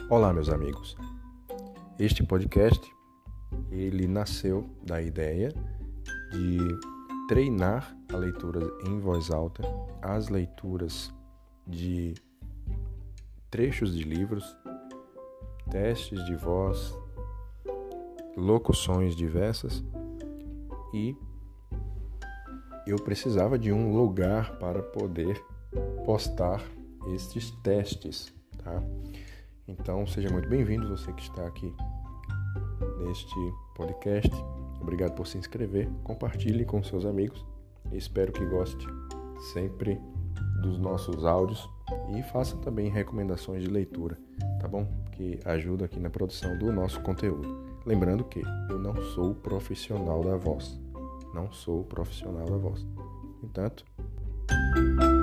Olá, meus amigos. Este podcast, ele nasceu da ideia de treinar a leitura em voz alta, as leituras de trechos de livros, testes de voz, locuções diversas, e eu precisava de um lugar para poder postar estes testes, tá? Então, seja muito bem-vindo, você que está aqui neste podcast. Obrigado por se inscrever, compartilhe com seus amigos. Espero que goste sempre dos nossos áudios e faça também recomendações de leitura, tá bom? Que ajuda aqui na produção do nosso conteúdo. Lembrando que eu não sou profissional da voz. Entanto,